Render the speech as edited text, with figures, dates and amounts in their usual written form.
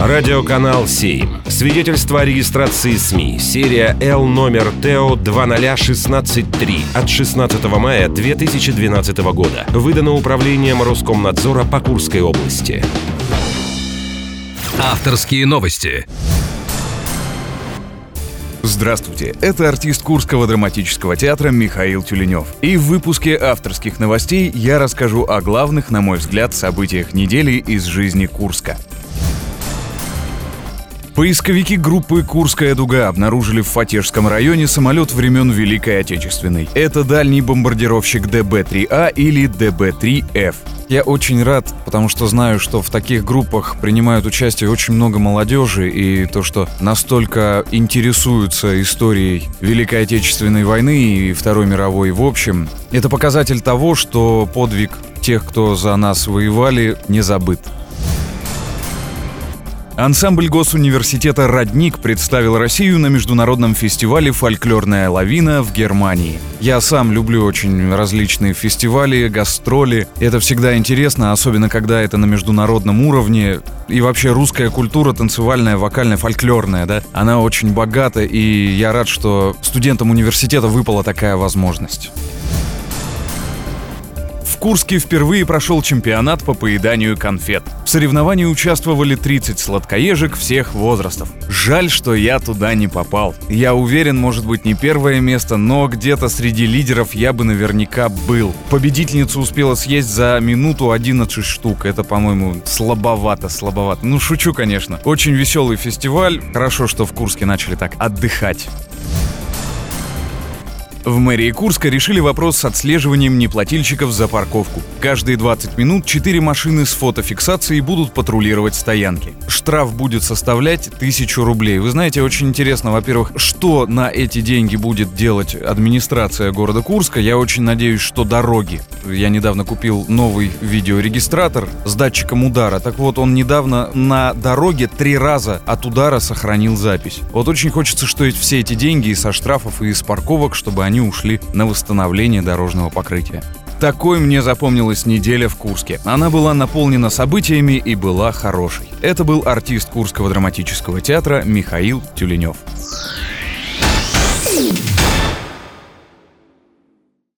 Радиоканал 7. Свидетельство о регистрации СМИ. Серия Л номер ТО 20163 от 16 мая 2012 года. Выдано Управлением Роскомнадзора по Курской области. Авторские новости. Здравствуйте, это артист Курского драматического театра Михаил Тюленев. И в выпуске авторских новостей я расскажу о главных, на мой взгляд, событиях недели из жизни Курска. Поисковики группы «Курская дуга» обнаружили в Фатежском районе самолет времен Великой Отечественной. Это дальний бомбардировщик ДБ-3А или ДБ-3Ф. Я очень рад, потому что знаю, что в таких группах принимают участие очень много молодежи, и то, что настолько интересуются историей Великой Отечественной войны и Второй мировой в общем, это показатель того, что подвиг тех, кто за нас воевали, не забыт. Ансамбль Госуниверситета «Родник» представил Россию на международном фестивале «Фольклорная лавина» в Германии. Я сам люблю очень различные фестивали, гастроли. Это всегда интересно, особенно когда это на международном уровне. И вообще русская культура, танцевальная, вокальная, фольклорная, да, она очень богата, и я рад, что студентам университета выпала такая возможность. В Курске впервые прошел чемпионат по поеданию конфет. В соревновании участвовали 30 сладкоежек всех возрастов. Жаль, что я туда не попал. Я уверен, может быть, не первое место, но где-то среди лидеров я бы наверняка был. Победительница успела съесть за минуту 11 штук. Это, по-моему, слабовато. Ну, шучу, конечно. Очень веселый фестиваль. Хорошо, что в Курске начали так отдыхать. В мэрии Курска решили вопрос с отслеживанием неплательщиков за парковку. Каждые 20 минут 4 машины с фотофиксацией будут патрулировать стоянки. Штраф будет составлять 1000 рублей. Вы знаете, очень интересно, во-первых, что на эти деньги будет делать администрация города Курска. Я очень надеюсь, что дороги. Я недавно купил новый видеорегистратор с датчиком удара. Так вот, он недавно на дороге 3 раза от удара сохранил запись. Вот очень хочется, что все эти деньги и со штрафов, и из парковок, чтобы они ушли на восстановление дорожного покрытия. Такой мне запомнилась неделя в Курске. Она была наполнена событиями и была хорошей. Это был артист Курского драматического театра Михаил Тюленев.